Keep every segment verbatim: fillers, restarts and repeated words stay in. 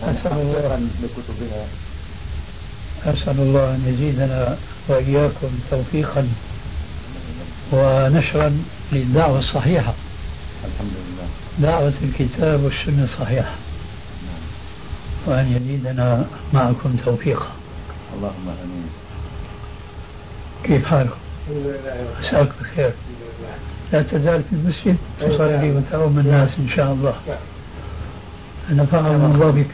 أسأل الله لكتبها. أسأل الله أن يزيدنا وإياكم توفيقا ونشرا للدعوة الصحيحة. الحمد لله. دعوة الكتاب والسنة الصحيحة، وأن يزيدنا معكم توفيقا. اللهم آمين. كيف حالكم؟ مساكم بخير. لا تزال في المسجد تصلي وتعوم الناس إن شاء الله. نفعنا الله بك.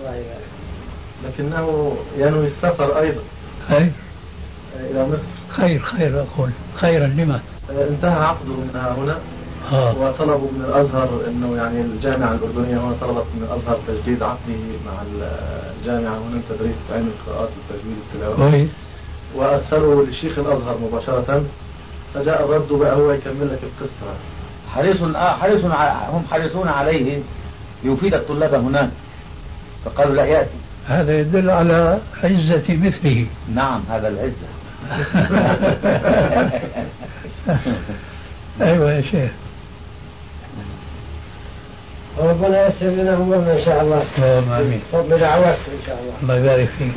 لكنه ينوي السفر أيضا. خير إلى مصر. خير خير أقول خيرا لما انتهى عقده من هنا. آه. وطلبوا من الأزهر أنه يعني الجامعة الأردنية هنا طلبت من الأزهر تجديد عقده مع الجامعة هنا تدريس علم القراءات والتجويد والتلاوة. كويس. وأرسلوا لشيخ الأزهر مباشرة، فجاء الرد بقى هو يكمل لك القصة. حريص آه حريص هم حريصون عليه يفيد الطلاب هناك، فقالوا لا يأتي. هذا يدل على عزة مثله. نعم هذا العزة. أيوة يا شيخ. ربنا يسر لنا أمورنا إن شاء الله. اللهم آمين. بدعوات إن شاء الله. الله يبارك فيك.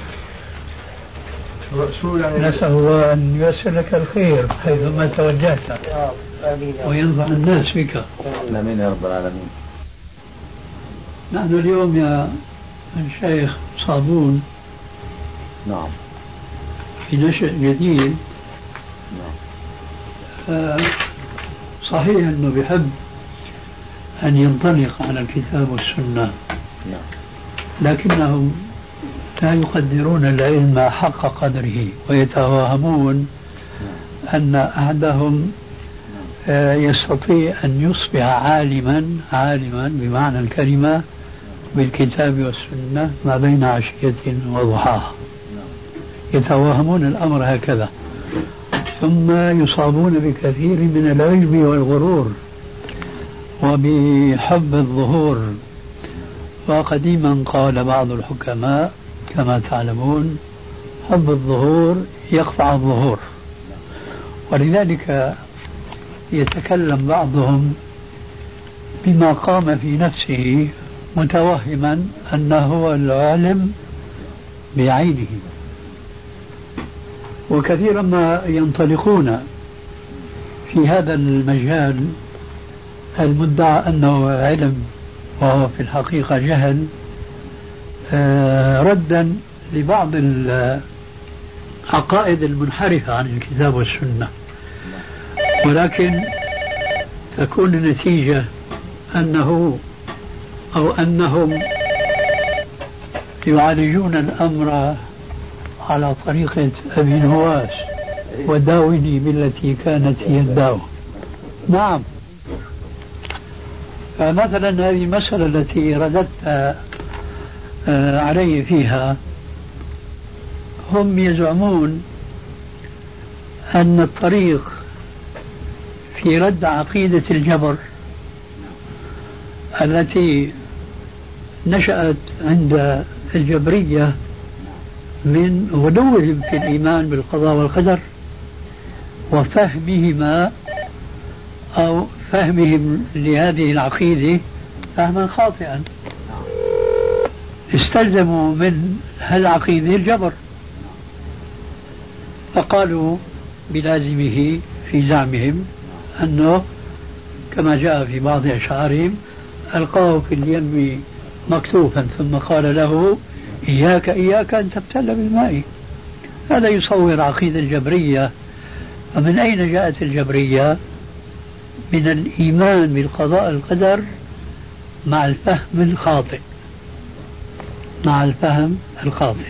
شو يعني؟ نسأل الله أن ييسر لك الخير حيثما توجهت وينفع الناس بك. آمين يا رب العالمين. نحن اليوم يا الشيخ صابون نعم في نشأ جديد. نعم. صحيح أنه بحب أن ينطلق على الكتاب والسنة. نعم. لكنهم لا يقدرون العلم حق قدره ويتوهمون أن أحدهم يستطيع أن يصبح عالما عالما بمعنى الكلمة بالكتاب والسنة ما بين عشية وضحاها. يتوهمون الأمر هكذا، ثم يصابون بكثير من العجب والغرور وبحب الظهور. وقديما قال بعض الحكماء كما تعلمون حب الظهور يقطع الظهور، ولذلك يتكلم بعضهم بما قام في نفسه متوهما أنه هو العالم بعينه. وكثيرا ما ينطلقون في هذا المجال المدعى أنه علم وهو في الحقيقة جهل، ردا لبعض العقائد المنحرفة عن الكتاب والسنة، ولكن تكون النتيجة أنه أو أنهم يعالجون الأمر على طريقة أبي نواس وداوني بالتي كانت هي الداوة. نعم. فمثلا هذه المسألة التي رددت علي فيها، هم يزعمون أن الطريق في رد عقيدة الجبر التي نشأت عند الجبرية من غلوهم في الإيمان بالقضاء والقدر وفهمهما أو فهمهم لهذه العقيدة فهما خاطئا، استلزموا من هالعقيدة الجبر، فقالوا بلازمه في زعمهم أنه كما جاء في بعض أشعارهم ألقاه في اليم مكتوفا ثم قال له إياك إياك أن تبتل بالماء. هذا يصور عقيدة الجبرية. ومن أين جاءت الجبرية؟ من الإيمان بالقضاء القدر مع الفهم الخاطئ مع الفهم الخاطئ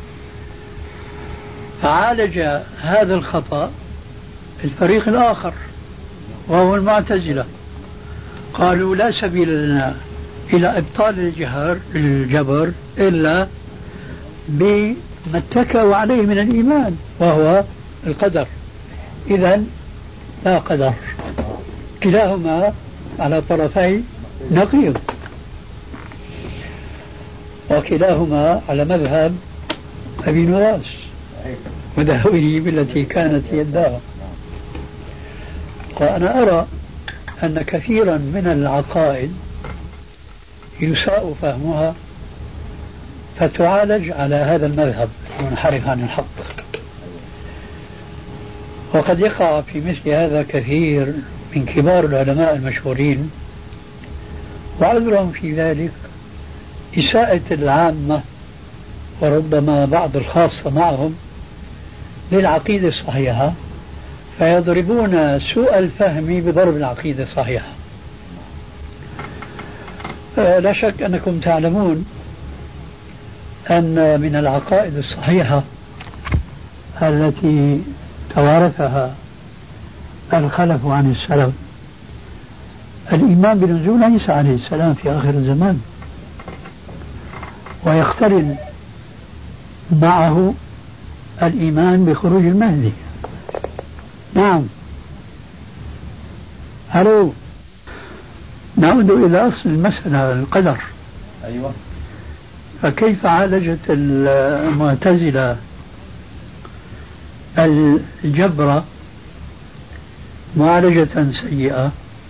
فعالج هذا الخطأ الفريق الآخر وهو المعتزلة. قالوا لا سبيل لنا إلى إبطال الجهر الجبر إلا بما اتكوا عليه من الإيمان وهو القدر. إذن لا قدر، كلاهما على طرفي نقيض، وكلاهما على مذهب أبي نواس وداويه بالتي كانت يداه. وأنا أرى أن كثيرا من العقائد يساء فهمها فتعالج على هذا المذهب المنحرف عن الحق. وقد يقع في مثل هذا كثير من كبار العلماء المشهورين، وعذرهم في ذلك إساءة العامة وربما بعض الخاصة معهم للعقيدة الصحيحة، فيضربون سوء الفهم بضرب العقيدة الصحيحة. لا شك أنكم تعلمون أن من العقائد الصحيحة التي توارثها الخلف عن السلف الإيمان بنزول عيسى عليه السلام في آخر الزمان، ويقترن معه الإيمان بخروج المهدي. نعم. هلو. نعود إلى أصل المسألة، القدر. أيوة. فكيف عالجت المعتزلة الجبر معالجة سيئة؟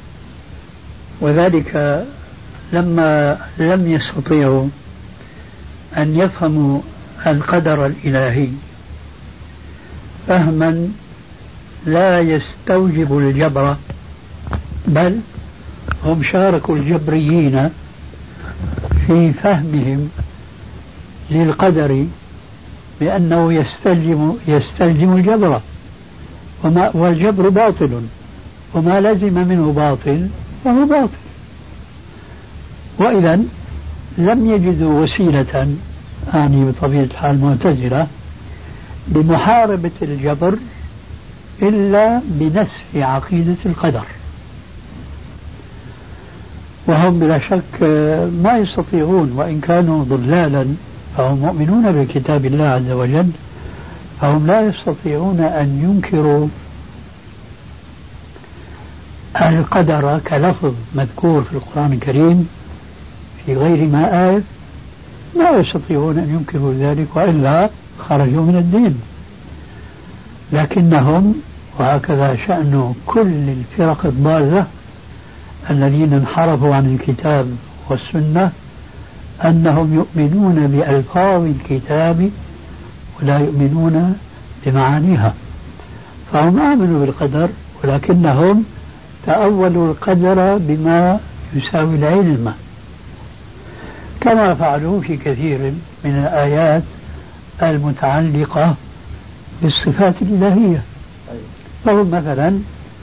وذلك لما لم يستطيعوا أن يفهموا القدر الإلهي فهما لا يستوجب الجبر، بل هم شاركوا الجبريين في فهمهم للقدر بأنه يستلزم يستلزم الجبر، وما والجبر باطل، وما لزم منه باطل فهو باطل. وإذا لم يجدوا وسيلة، أعني بطبيعة الحال معتزلة، لمحاربة الجبر إلا بنسف عقيدة القدر. وهم بلا شك ما يستطيعون، وإن كانوا ضلالا فهم مؤمنون بكتاب الله عز وجل، فهم لا يستطيعون أن ينكروا القدر كلفظ مذكور في القرآن الكريم في غير ما آية، لا يستطيعون أن ينكروا ذلك، وإلا خرجوا من الدين. لكنهم، وهكذا شأن كل الفرق الضالة الذين انحرفوا عن الكتاب والسنة، أنهم يؤمنون بألفاظ الكتاب ولا يؤمنون بمعانيها. فهم آمنوا بالقدر، ولكنهم تأولوا القدر بما يساوي العلم، كما فعلوا في كثير من الآيات المتعلقة بالصفات الإلهية. فهم مثلا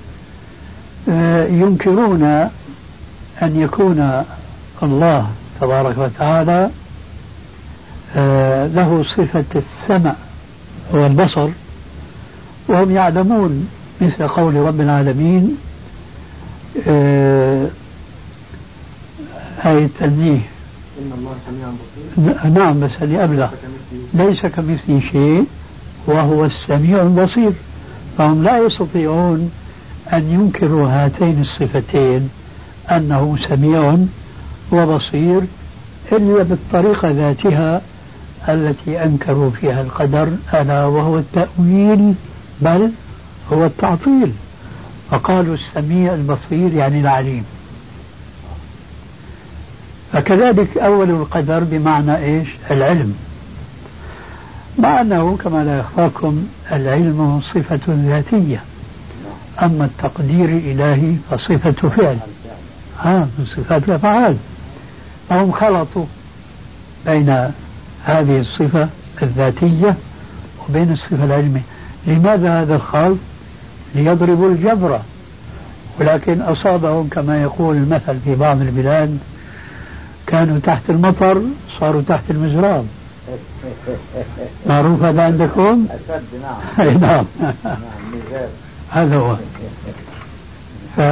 ينكرون أن يكون الله تبارك وتعالى له صفة السمع والبصر، وهم يعلمون مثل قول رب العالمين هاي التنزيه إن الله سميع بصير. نعم، بس اللي قبله ليس كمثله شيء وهو السميع البصير. فهم لا يستطيعون أن ينكروا هاتين الصفتين، أنه سميع وبصير، إلا بالطريقة ذاتها التي أنكروا فيها القدر، ألا وهو التأويل، بل هو التعطيل. فقالوا السميع البصير يعني العليم. فكذلك أول القدر بمعنى إيش؟ العلم، مع أنه كما لا يخفاكم العلم صفة ذاتية، أما التقدير الإلهي فصفة فعل، ها من صفات الأفعال. فهم خلطوا بين هذه الصفة الذاتية وبين الصفة العلمية. لماذا هذا الخلط؟ ليضربوا الجبر، ولكن أصابهم كما يقول المثل في بعض البلاد، كانوا تحت المطر صاروا تحت المزراب. معروف هذا عندكم؟ أسد. نعم. نعم. نعم. هذا هو. ف...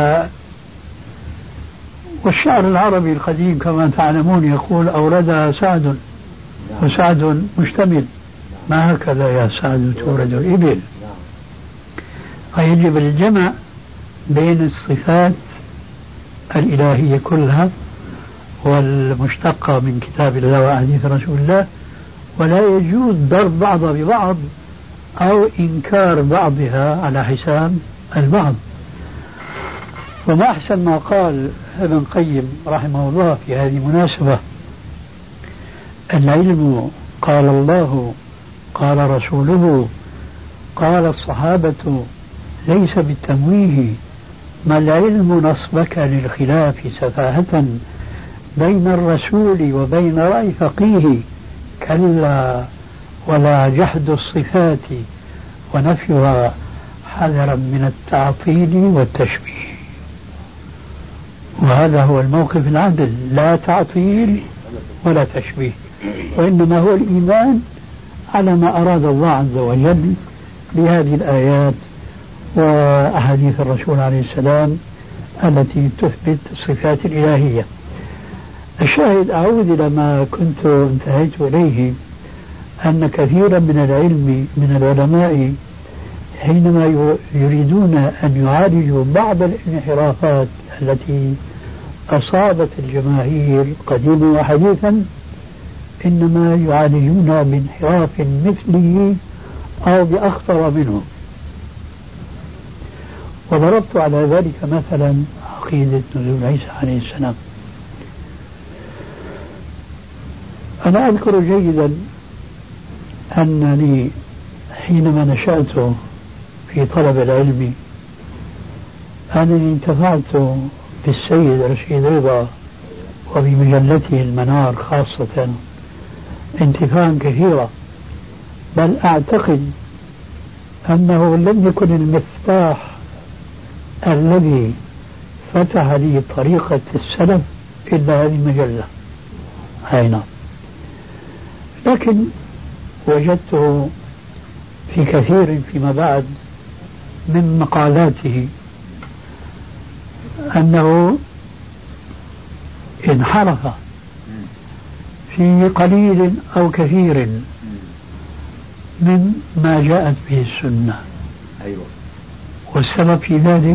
والشعر العربي القديم كما تعلمون يقول أوردها سعد وسعد مشتمل، ما هكذا يا سعد تورد الإبل. فيجب الجمع بين الصفات الإلهية كلها والمشتقة من كتاب الله وأحاديث رسول الله، ولا يجوز ضرب بعضها ببعض أو إنكار بعضها على حساب البعض. وما أحسن ما قال ابن القيم رحمه الله في هذه المناسبة العلم قال الله قال رسوله قال الصحابة ليس بالتمويه، ما العلم نصبك للخلاف سفاهة بين الرسول وبين رأي فقيه، كلا ولا جحد الصفات ونفيها حذرا من التعطيل والتشبيه. وهذا هو الموقف العادل، لا تعطيل ولا تشبيه، وإنما هو الإيمان على ما أراد الله عز وجل بهذه الآيات وأحاديث الرسول عليه السلام التي تثبت الصفات الإلهية. الشاهد، أعود إلى ما كنت انتهيت إليه، أن كثيرا من العلم من العلماء حينما يريدون أن يعالجوا بعض الانحرافات التي أصابت الجماهير قديما وحديثا، إنما يعالجون بانحراف مثله أو بأخطر منه. وضربت على ذلك مثلا عقيدة نزول عيسى عليه السلام. أنا أذكر جيدا أنني حينما نشأت في طلب العلم أنني انتفعت بالسيد رشيد رضا وبمجلته المنار خاصة انتفاعا كثيرا، بل أعتقد أنه لم يكن المفتاح الذي فتح لي طريقة السلف إلا هذه المجلة. أي نعم. لكن وجدته في كثير فيما بعد من مقالاته أنه انحرف في قليل أو كثير من ما جاءت به السنة. أيوة. والسبب في ذلك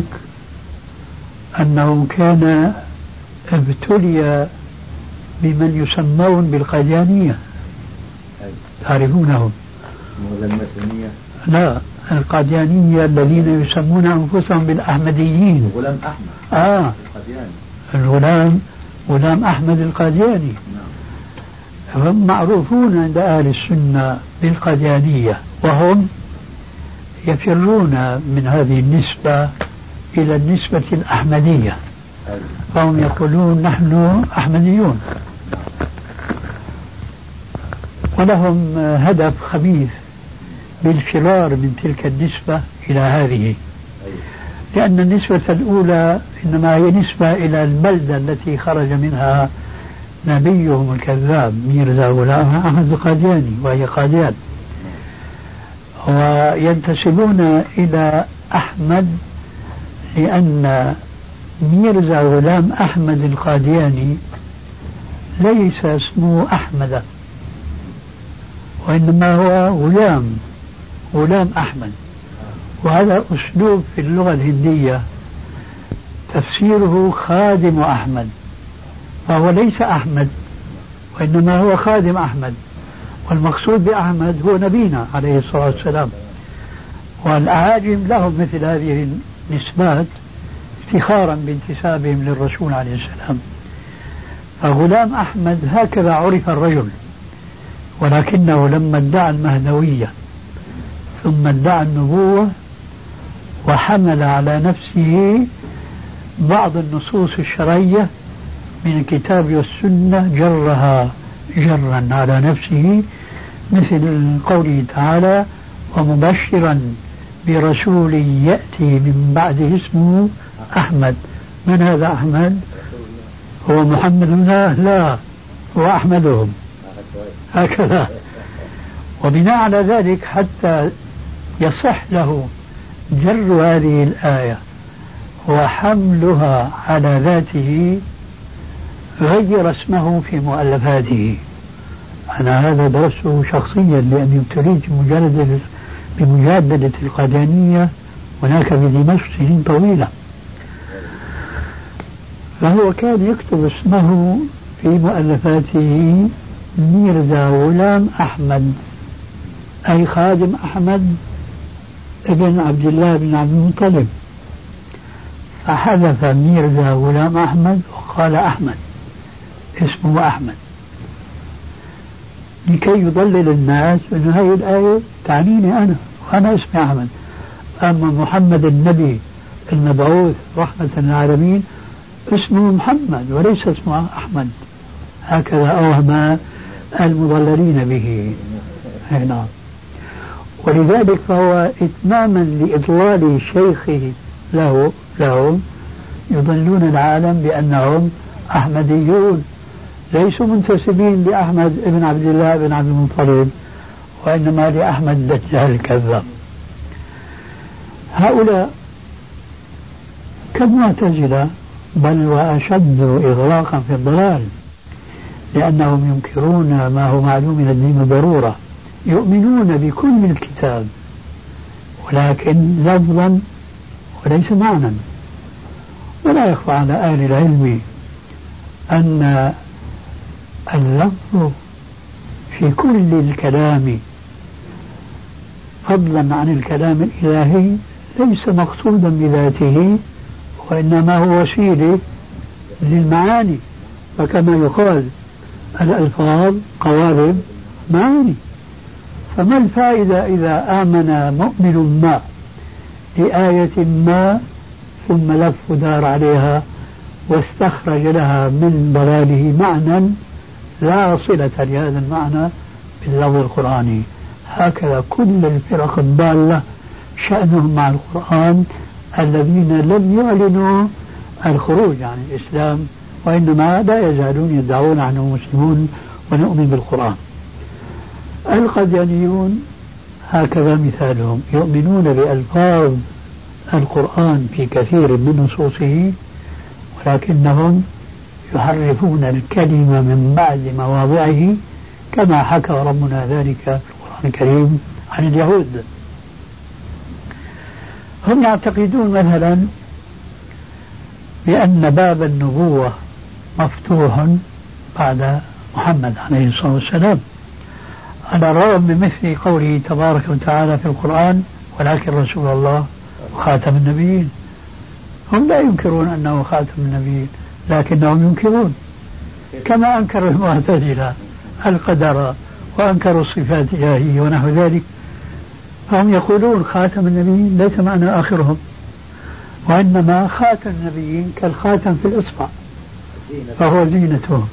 أنه كان ابتلي بمن يسمون بالقاديانية. أيوة. تعرفونهم؟ لا، القاديانية الذين يسمون أنفسهم بالأحمديين. غلام أحمد آه القادياني. الغلام غلام أحمد القادياني. نعم. هم معروفون عند أهل السنة بالقاديانية، وهم يفرون من هذه النسبة إلى النسبة الأحمدية. أيوة. فهم يقولون نحن أحمديون، ولهم هدف خبيث بالفرار من تلك النسبة إلى هذه. لأن النسبة الأولى إنما هي نسبة إلى البلدة التي خرج منها نبيهم الكذاب ميرزا غلام أحمد القادياني، وهي قاديان، وينتسبون إلى أحمد لأن ميرزا غلام أحمد القادياني ليس اسمه أحمد، وإنما هو غلام غلام أحمد. وهذا أسلوب في اللغة الهندية تفسيره خادم أحمد، فهو ليس أحمد وإنما هو خادم أحمد، والمقصود بأحمد هو نبينا عليه الصلاة والسلام. والأعاجم لهم مثل هذه النسبات افتخارا بانتسابهم للرسول عليه السلام. فغلام أحمد هكذا عرف الرجل، ولكنه لما ادعى المهدوية ثم ادعى النبوة وحمل على نفسه بعض النصوص الشرعية من الكتاب والسنة جرها جرا على نفسه، مثل قوله تعالى ومبشرا برسول يأتي من بعده اسمه أحمد. من هذا أحمد؟ هو محمد؟ لا لا، هو أحمدهم هكذا. وبناء على ذلك حتى يصح له جر هذه الآية وحملها على ذاته غير اسمه في مؤلفاته. أنا هذا درسته شخصيا لأني ابتليت بمجادلة بمجادلة القاديانية هناك في دمشق سنين طويلة. فهو كان يكتب اسمه في مؤلفاته ميرزا غلام أحمد، أي خادم أحمد ابن عبد الله بن عبد المطلب، فحذف ميرزا غلام أحمد وقال أحمد، اسمه أحمد. لكي يضلل الناس أن هذه الآية تعنيني أنا وأنا اسمي أحمد. أما محمد النبي المبعوث رحمة للعالمين اسمه محمد وليس اسمه أحمد، هكذا أوهم المضللين به. نعم. ولذلك فهو إتماما لإضلال شيخه له لهم يضلون العالم بأنهم أحمديون ليسوا منتسبين لأحمد بن عبد الله بن عبد المطلب، وإنما لأحمد الدجال الكذاب. هؤلاء كالمعتزلة بل وأشد إغراقا في الضلال، لأنهم ينكرون ما هو معلوم من الدين بالضرورة، يؤمنون بكل الكتاب ولكن لفظا وليس معنى. ولا يخفى على أهل العلم أن اللفظ في كل الكلام فضلا عن الكلام الإلهي ليس مقصودا بذاته، وإنما هو وسيلة للمعاني. فكما يقال الألفاظ قوالب معاني. فما الفائدة إذا آمن مؤمن ما لآية ما ثم لف دار عليها واستخرج لها من ضلاله معنى لا صلة لهذا المعنى باللفظ القرآني؟ هكذا كل الفرق الضالة شأنهم مع القرآن الذين لم يعلنوا الخروج عن الإسلام، وإنما لا يزالون يدعون أنهم مسلمون ونؤمن بالقرآن. القديانيون هكذا مثالهم، يؤمنون بألفاظ القرآن في كثير من نصوصه ولكنهم يحرفون الكلمة من بعد مواضعه كما حكى ربنا ذلك في القرآن الكريم عن اليهود. هم يعتقدون مثلا بأن باب النبوة مفتوح بعد محمد عليه الصلاة والسلام، على الرغم من مثل قوله تبارك وتعالى في القرآن ولكن رسول الله خاتم النبيين. هم لا ينكرون أنه خاتم النبيين لكنهم ينكرون، كما أنكر المعتزلة القدر وأنكروا الصفات الإلهية ونحو ذلك. فهم يقولون خاتم النبيين ليس معنى آخرهم، وإنما خاتم النبيين كالخاتم في الإصبع فهو زينتهم.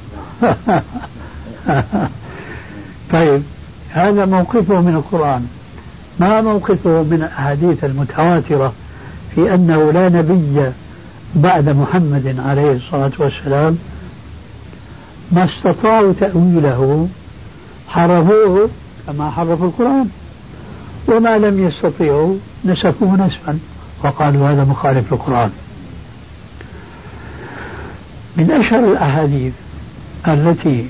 طيب هذا موقفه من القرآن. ما موقفه من الأحاديث المتواترة في أنه لا نبي بعد محمد عليه الصلاة والسلام؟ ما استطاعوا تأويله حرفوه كما حرفوا القرآن، وما لم يستطيعوا نسفوه نسفا وقالوا هذا مخالف للقرآن. من أشهر الأحاديث التي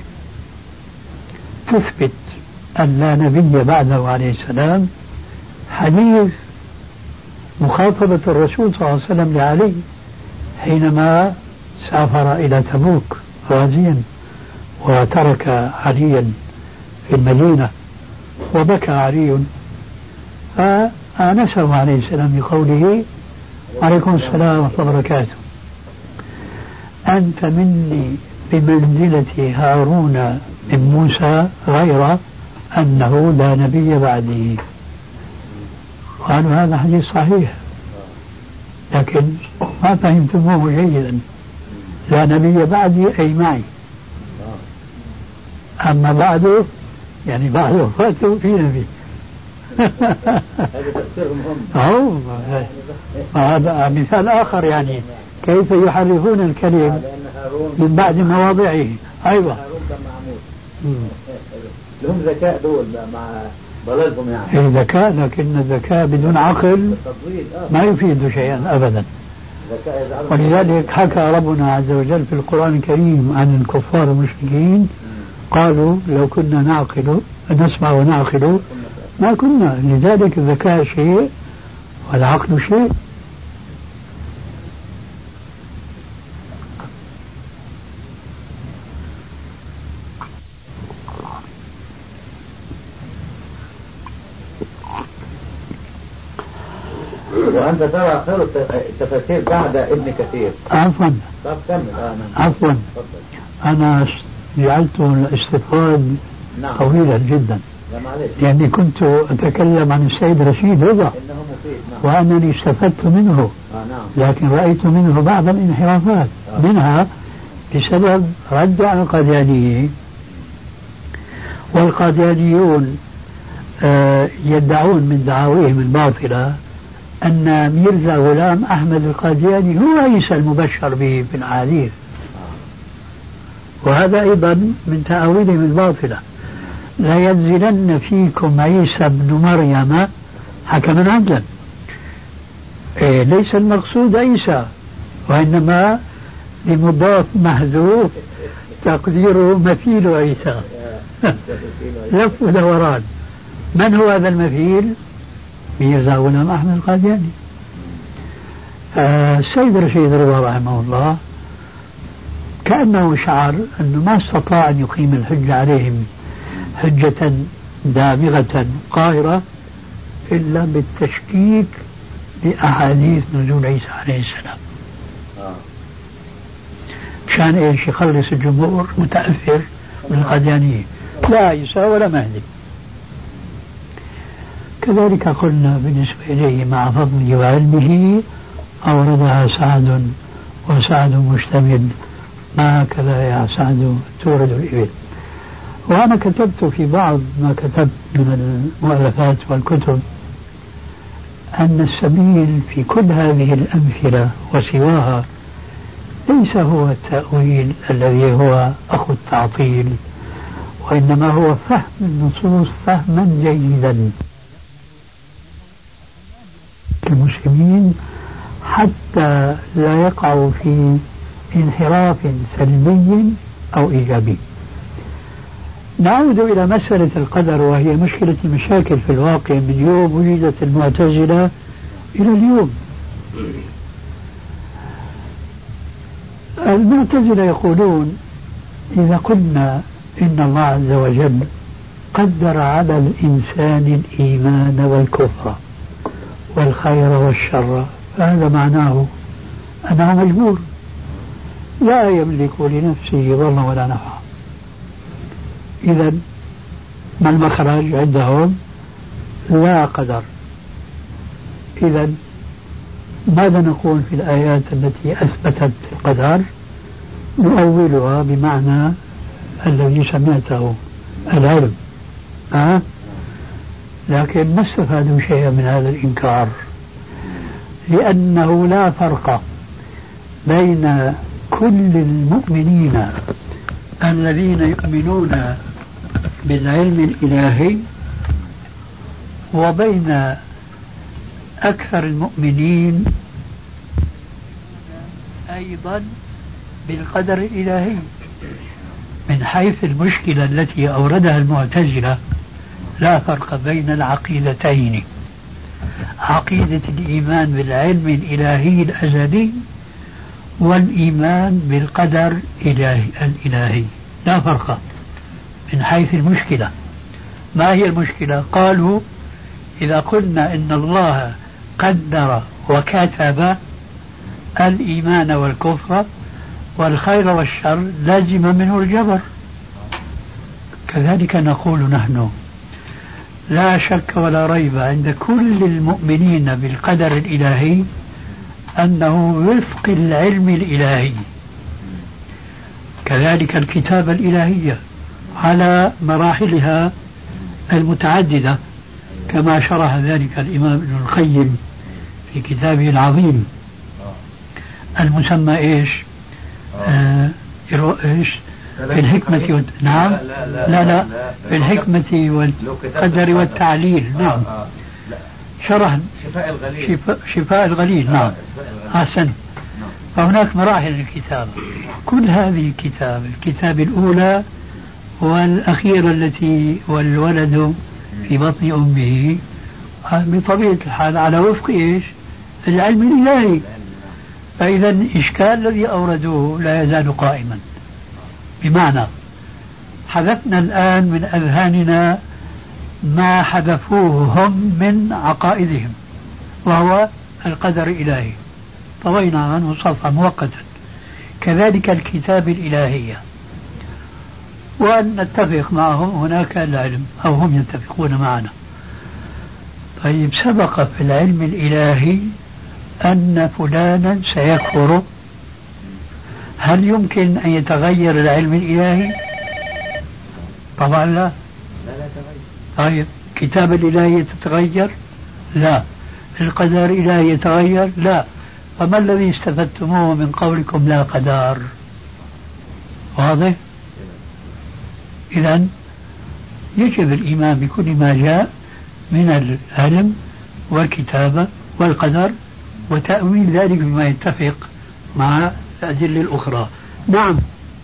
تثبت أن لا نبي بعده عليه السلام حديث مخاطبة الرسول صلى الله عليه وسلم لعلي حينما سافر إلى تبوك غازيا وترك عليا في المدينة، وبكى علي فآنسه عليه السلام بقوله عليكم السلام ورحمة الله وبركاته أنت مني بمنزلة هارون من موسى غير أنه لا نبي بعدي. قالوا هذا حديث صحيح لكن ما فهمتموه جيدا. لا نبي بعدي أي معي، أما بعده يعني بعد وفاته في نبي. هذا تفسيرهم هم. هذا مثال آخر يعني كيف يحرفون الكلم من بعد مواضعه. أيوة هارون كان معمول لهم ذكاء دول مع ضلالهم يعني. ذكاء، لكن الذكاء بدون عقل ما يفيد شيئا أبدا. ولذلك حكى ربنا عز وجل في القرآن الكريم عن الكفار المشركين قالوا لو كنا نعقل نسمع ونعقل ما كنا. لذلك الذكاء شيء والعقل شيء. وأنت ترى خير التفاسير بعد ابن كثير. عفوا طب كمل. عفوا أنا جعلت الاستفاد نعم. طويلا جدا، لأني كنت أتكلم عن السيد رشيد رضا نعم. وأنني استفدت منه، آه نعم. لكن رأيت منه بعض الانحرافات، آه. منها بسبب رد على القاديانيين، والقاديانيون آه يدعون من دعاويهم الباطلة أن ميرزا غلام أحمد القادياني هو عيسى المبشر به في الأحاديث، وهذا أيضا من تأويلهم الباطلة. لا ينزلن فيكم عيسى ابن مريم حكما عدلا، إيه ليس المقصود عيسى، وإنما لمضاف محذوف تقديره مثيل عيسى. لف ودوران. من هو هذا المثيل؟ ميرزا غلام أحمد القادياني. آه السيد رشيد رضا رحمه الله كأنه شعر أنه ما استطاع أن يقيم الحجة عليهم حجة دامغة قاهرة إلا بالتشكيك لأحاديث نزول عيسى عليه السلام. مشان إيش؟ يخلص الجمهور متأثر من القاديانية، لا عيسى ولا مهدي. كذلك قلنا بالنسبة إليه مع فضله وعلمه أوردها سعد، وسعد مشتمل، ما هكذا يا سعد تورد الإبل. وأنا كتبت في بعض ما كتبت من المؤلفات والكتب أن السبيل في كل هذه الأمثلة وسواها ليس هو التأويل الذي هو أخو التعطيل، وإنما هو فهم النصوص فهما جيدا المسلمين حتى لا يقعوا في انحراف سلبي أو إيجابي. نعود إلى مسألة القدر، وهي مشكلة المشاكل في الواقع من يوم وجدت المعتزلة إلى اليوم. المعتزلة يقولون إذا قلنا إن الله عز وجل قدر على الإنسان الإيمان والكفر والخير والشر، فهذا معناه أنه مجبور لا يملك لنفسه ضرا ولا نفعا. إذا ما المخرج عندهم؟ لا قدر. إذا ماذا نقول في الآيات التي أثبتت القدر؟ نؤولها بمعنى الذي سمعته العلم، أه؟ لكن ما استفادوا شيئا من هذا الإنكار، لأنه لا فرق بين كل المؤمنين الذين يؤمنون بالعلم الإلهي وبين أكثر المؤمنين أيضا بالقدر الإلهي. من حيث المشكلة التي أوردها المعتزلة لا فرق بين العقيدتين، عقيدة الإيمان بالعلم الإلهي الأزلي والإيمان بالقدر الإلهي الإلهي، لا فرق من حيث المشكلة. ما هي المشكلة؟ قالوا إذا قلنا إن الله قدر وكتب الإيمان والكفر والخير والشر لازم منه الجبر. كذلك نقول نحن لا شك ولا ريب عند كل المؤمنين بالقدر الإلهي أنه وفق العلم الإلهي. كذلك الكتابة الإلهية على مراحلها المتعددة كما شرح ذلك الإمام ابن القيم في كتابه العظيم المسمى إيش؟ آه إيش؟ في الحكمة وال... نعم لا لا, لا في الحكمة والقدر والتعليل. نعم شرح شفاء الغليل شفاء, شفاء الغليل. نعم أحسن. فهناك مراحل الكتاب، كل هذه الكتاب الكتاب الأولى والأخيرة التي والولد في بطن أمه بطبيعة الحال على وفق إيش؟ العلم الإلهي. فإذا الإشكال الذي أوردوه لا يزال قائما، بمعنى حذفنا الآن من أذهاننا ما حذفوه هم من عقائدهم وهو القدر الإلهي، طوينا عنه صفحة مؤقتا. كذلك الكتاب الإلهية، وأن نتفق معهم هناك العلم أو هم يتفقون معنا. طيب سبق في العلم الإلهي أن فلانا سيكفر، هل يمكن أن يتغير العلم الإلهي؟ طبعا لا. طيب كتاب الإلهي يتغير؟ لا. القدر الإلهي يتغير؟ لا. فما الذي استفدتموه من قولكم لا قدر؟ واضح؟ إذن يجب الإيمان بكل ما جاء من العلم والكتابة والقدر وتأويل ذلك بما يتفق مع الأدلة الأخرى. نعم.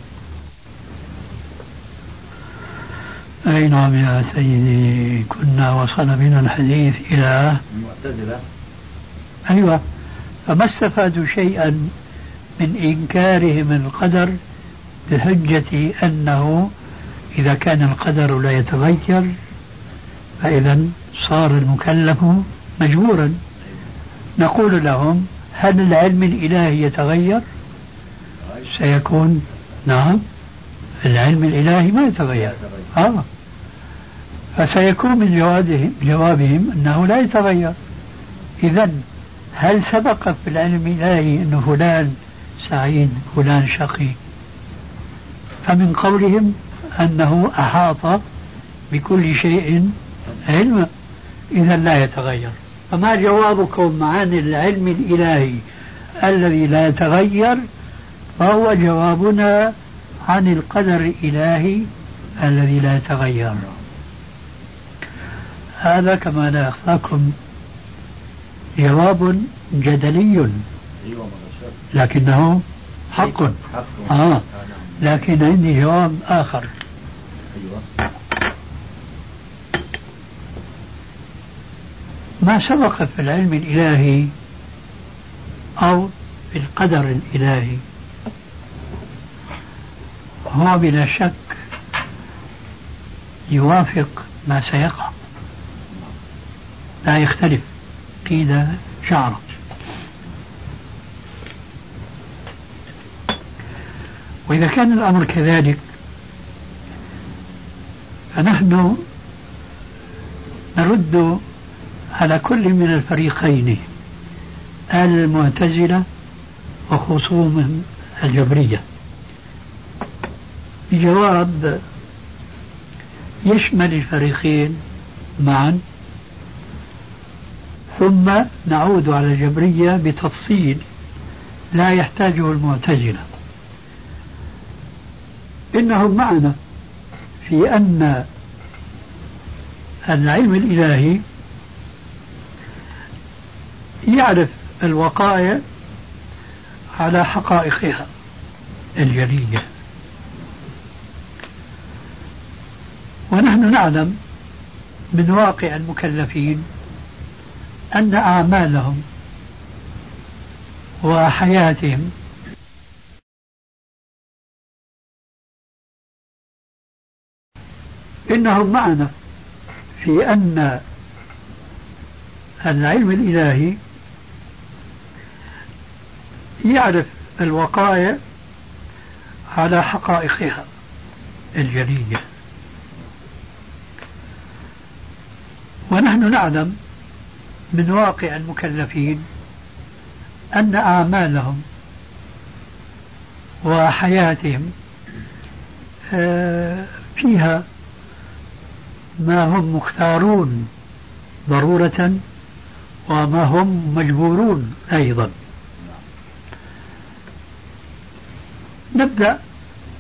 أي نعم يا سيدي، كنا وصل بنا الحديث إلى المعتزلة. أيوة. فما استفادوا شيئا من إنكارهم القدر بحجة أنه إذا كان القدر لا يتغير فإذا صار المكلف مجبورا. نقول لهم هل العلم الإلهي يتغير؟ سيكون نعم، العلم الإلهي ما يتغير. آه. فسيكون من جوابهم, جوابهم أنه لا يتغير. إذن هل سبق في العلم الإلهي أن فلان سعيد فلان شقي؟ فمن قولهم أنه أحاط بكل شيء علما، إذا لا يتغير. فما جوابكم عن العلم الإلهي الذي لا يتغير؟ فهو جوابنا عن القدر الإلهي الذي لا يتغير. هذا كما لا يخفاكم جواب جدلي لكنه حق. آه. لكن عندي جواب آخر. ما سبق في العلم الإلهي أو في القدر الإلهي هو بلا شك يوافق ما سيقع، لا يختلف قيد شعره. وإذا كان الأمر كذلك فنحن نرد على كل من الفريقين، المعتزلة وخصومهم الجبرية، بجواب يشمل الفريقين معا، ثم نعود على الجبرية بتفصيل لا يحتاجه المعتزلة. إنهم معنا في أن العلم الإلهي يعرف الوقائع على حقائقها الجلية، ونحن نعلم من واقع المكلفين أن أعمالهم وحياتهم إنهم معنا في أن العلم الإلهي يعرف الوقائع على حقائقها الجلية، ونحن نعلم من واقع المكلفين أن أعمالهم وحياتهم فيها ما هم مختارون ضرورة وما هم مجبورون أيضا. نبدأ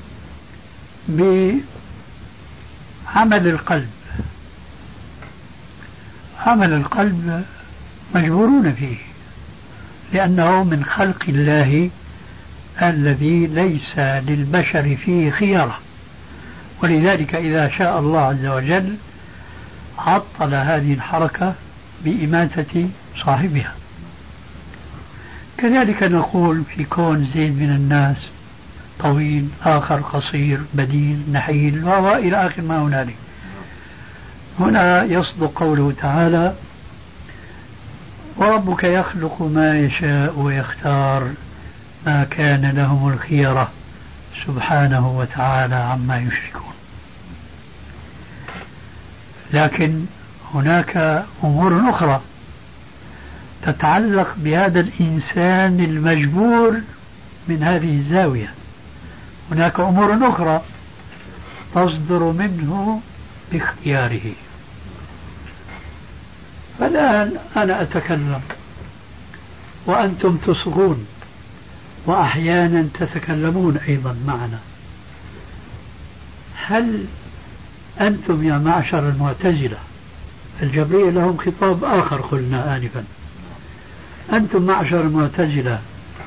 بعمل القلب. عمل القلب مجبورون فيه لأنه من خلق الله الذي ليس للبشر فيه خيرة، ولذلك إذا شاء الله عز وجل عطل هذه الحركة بإماتة صاحبها. كذلك نقول في كون زيد من الناس طويل، آخر قصير، بديل، نحيل، وإلى آخر ما هنالك. هنا يصدق قوله تعالى: وربك يخلق ما يشاء ويختار ما كان لهم الخيرة سبحانه وتعالى عما يشركون. لكن هناك أمور أخرى تتعلق بهذا الإنسان المجبور من هذه الزاوية. هناك أمور أخرى تصدر منه باختياره. فالآن أنا أتكلم وأنتم تصغون وأحيانا تتكلمون أيضا معنا. هل أنتم يا معشر المعتزلة، الجبرية لهم خطاب آخر قلنا آنفا، أنتم معشر المعتزلة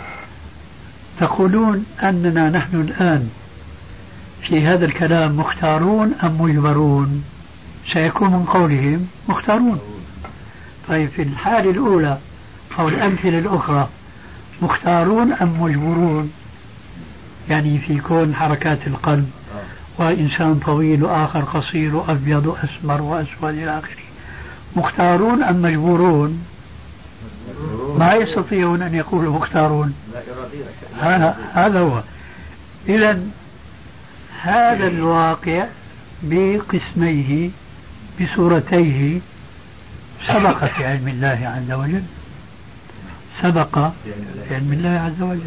تقولون أننا نحن الآن في هذا الكلام مختارون أم مجبرون؟ سيكون من قولهم مختارون. طيب في الحالة الأولى أو الأمثلة الأخرى مختارون أم مجبرون؟ يعني في كون حركات القلب وإنسان طويل وآخر قصير وأبيض وأسمر وأسود إلى آخره، مختارون أم مجبورون؟ ما يستطيعون أن يقولوا مختارون. هذا هو. إذن هذا الواقع بقسميه بصورتيه سبق في علم الله عز وجل، سبق في علم الله عز وجل.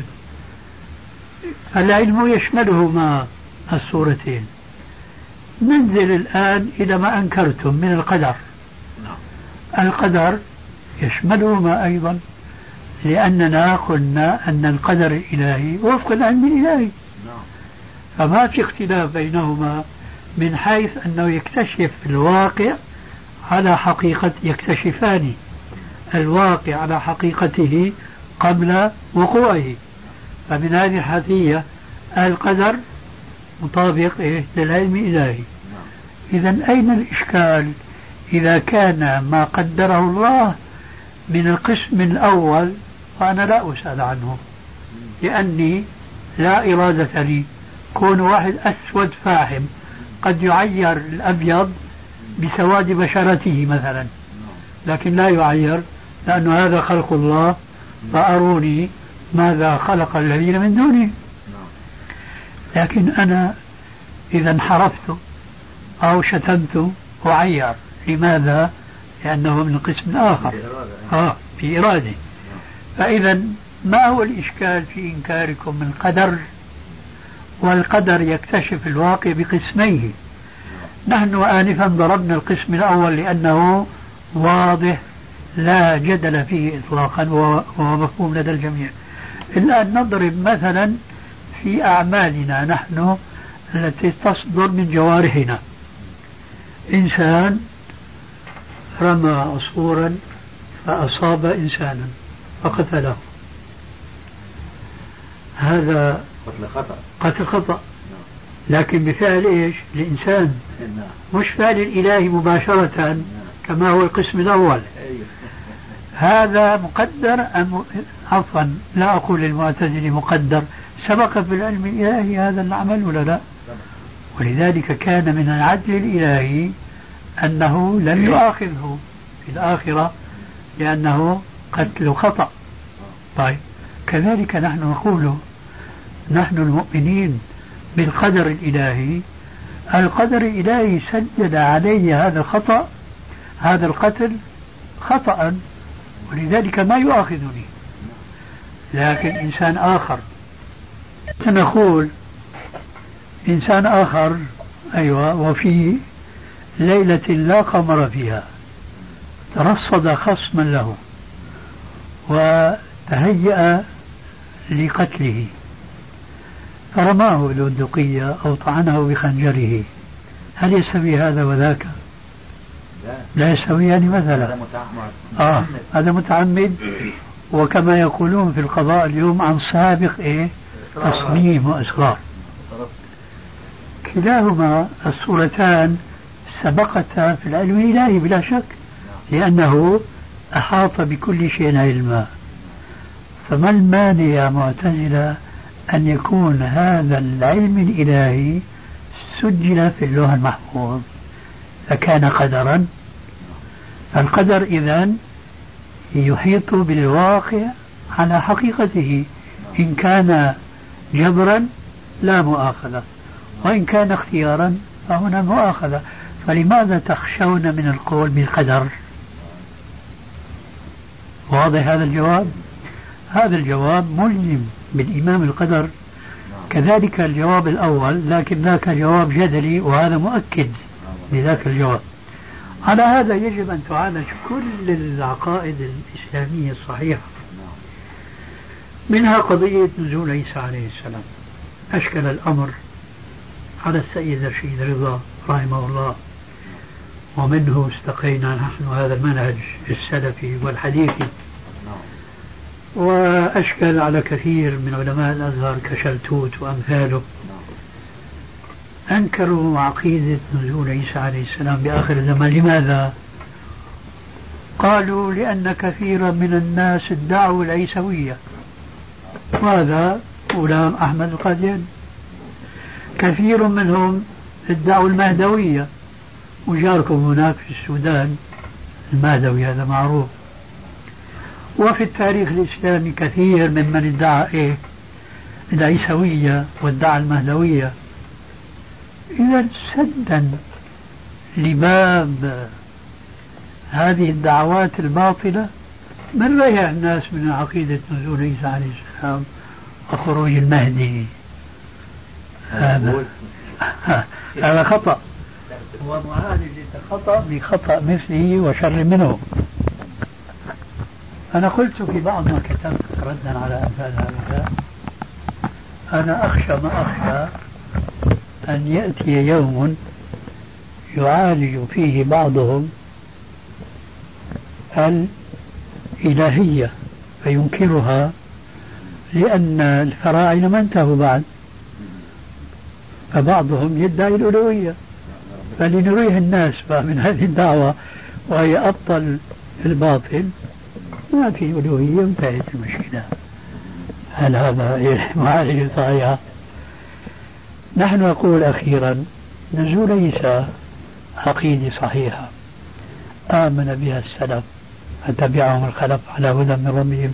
العلم يشملهما الصورتين. ننزل الآن إلى ما أنكرتم من القدر. القدر يشملهما أيضا، لأننا قلنا أن القدر الإلهي وفق العلم الإلهي، فما في اختلاف بينهما من حيث أنه يكتشف الواقع على حقيقة، يكتشفان الواقع على حقيقته قبل وقوعه. فمن هذه الحيثية القدر مطابق إيه للعلم الإلهي. إذن أين الإشكال إذا كان ما قدره الله من القسم الأول؟ فأنا لا أسأل عنه لأني لا إرادة لي. كون واحد أسود فاحم قد يعير الأبيض بسواد بشرته مثلا، لكن لا يعير لأن هذا خلق الله، فأروني ماذا خلق الذين من دونه. لكن أنا إذا انحرفت أو شتمت أعير. لماذا؟ لأنه من القسم الآخر، آه في إرادة. فإذا ما هو الإشكال في إنكاركم من القدر؟ والقدر يكتشف الواقع بقسميه. نحن آنفا ضربنا القسم الأول لأنه واضح لا جدل فيه إطلاقا وهو مفهوم لدى الجميع. الآن نضرب مثلا في أعمالنا نحن التي تصدر من جوارحنا. إنسان رمى عصفورا فأصاب إنسانا فقتله، هذا قتل خطأ، قتل خطأ، لكن بفعل إيش؟ الإنسان، مش فعل الإله مباشرة كما هو القسم الأول. هذا مقدر أم عفوا لا أقول للمعتزلة مقدر، سبق في العلم الإلهي هذا العمل ولا لا؟ ولذلك كان من العدل الإلهي أنه لم يؤاخذه في الآخرة لأنه قتل خطأ. طيب كذلك نحن نقول نحن المؤمنين بالقدر الإلهي، القدر الإلهي سجل علي هذا الخطأ، هذا القتل خطأ، ولذلك ما يؤاخذني. لكن إنسان آخر، نقول إنسان آخر أيوة وفي ليلة لا قمر فيها ترصد خصما له وتهيأ لقتله فرماه بالبندقية أو طعنه بخنجره، هل يستوي هذا وذاك؟ لا, لا يستوي. يعني مثلا هذا متعمد. آه هذا متعمد، وكما يقولون في القضاء اليوم عن سابق إيه تصميم وإصرار. كلاهما الصورتان سبقتا في العلم الإلهي بلا شك، لأنه أحاط بكل شيء علما. فما المانع يا معتزلة أن يكون هذا العلم الإلهي سجل في اللوح المحفوظ فكان قدرا؟ القدر إذن يحيط بالواقع على حقيقته، إن كان جبرا لا مؤاخذة، وإن كان اختيارا فهنا مؤاخذة. فلماذا تخشون من القول بالقدر؟ واضح هذا الجواب؟ هذا الجواب ملزم بالإيمان بالقدر، كذلك الجواب الأول، لكن ذاك جواب جدلي وهذا مؤكد لذاك الجواب. على هذا يجب أن تعالج كل العقائد الإسلامية الصحيحة، منها قضية نزول عيسى عليه السلام. أشكل الأمر على السيد رشيد رضا رحمه الله، ومنه استقينا نحن هذا المنهج السلفي والحديثي، وأشكل على كثير من علماء الأزهر كشلتوت وأمثاله، أنكروا عقيدة نزول عيسى عليه السلام بآخر الزمان. لماذا؟ قالوا لأن كثيرا من الناس ادعوا العيسوية، وهذا غلام أحمد القادياني. كثير منهم ادعوا المهدوية، وجاركم هناك في السودان المهدوي هذا معروف. وفي التاريخ الإسلامي كثير ممن ادعى إيه؟ العيسوية وادعى المهدوية. إذا سدا لباب هذه الدعوات الباطلة من ريح الناس من عقيدة نزول عيسى عليه السلام وخروج المهدي. هذا هذا خطأ، ومعالج الخطأ بخطأ مثله وشر منه. أنا قلت في بعض ما كتبت ردا على أمثال هؤلاء، أنا أخشى ما أخشى أن يأتي يوم يعالج فيه بعضهم الإلهية فينكرها، لأن الفراعنة ما انتهوا بعد، فبعضهم يدعي الألوهية، فلنريه الناس من هذه الدعوة وهي أبطل الباطل ما في ألوهية، انتهت المشكلة. هل هذا معالج صحيح؟ نحن نقول أخيرا نزول عيسى عقيدة صحيحة آمن بها السلف فتبعهم الخلف على هدى من ربهم،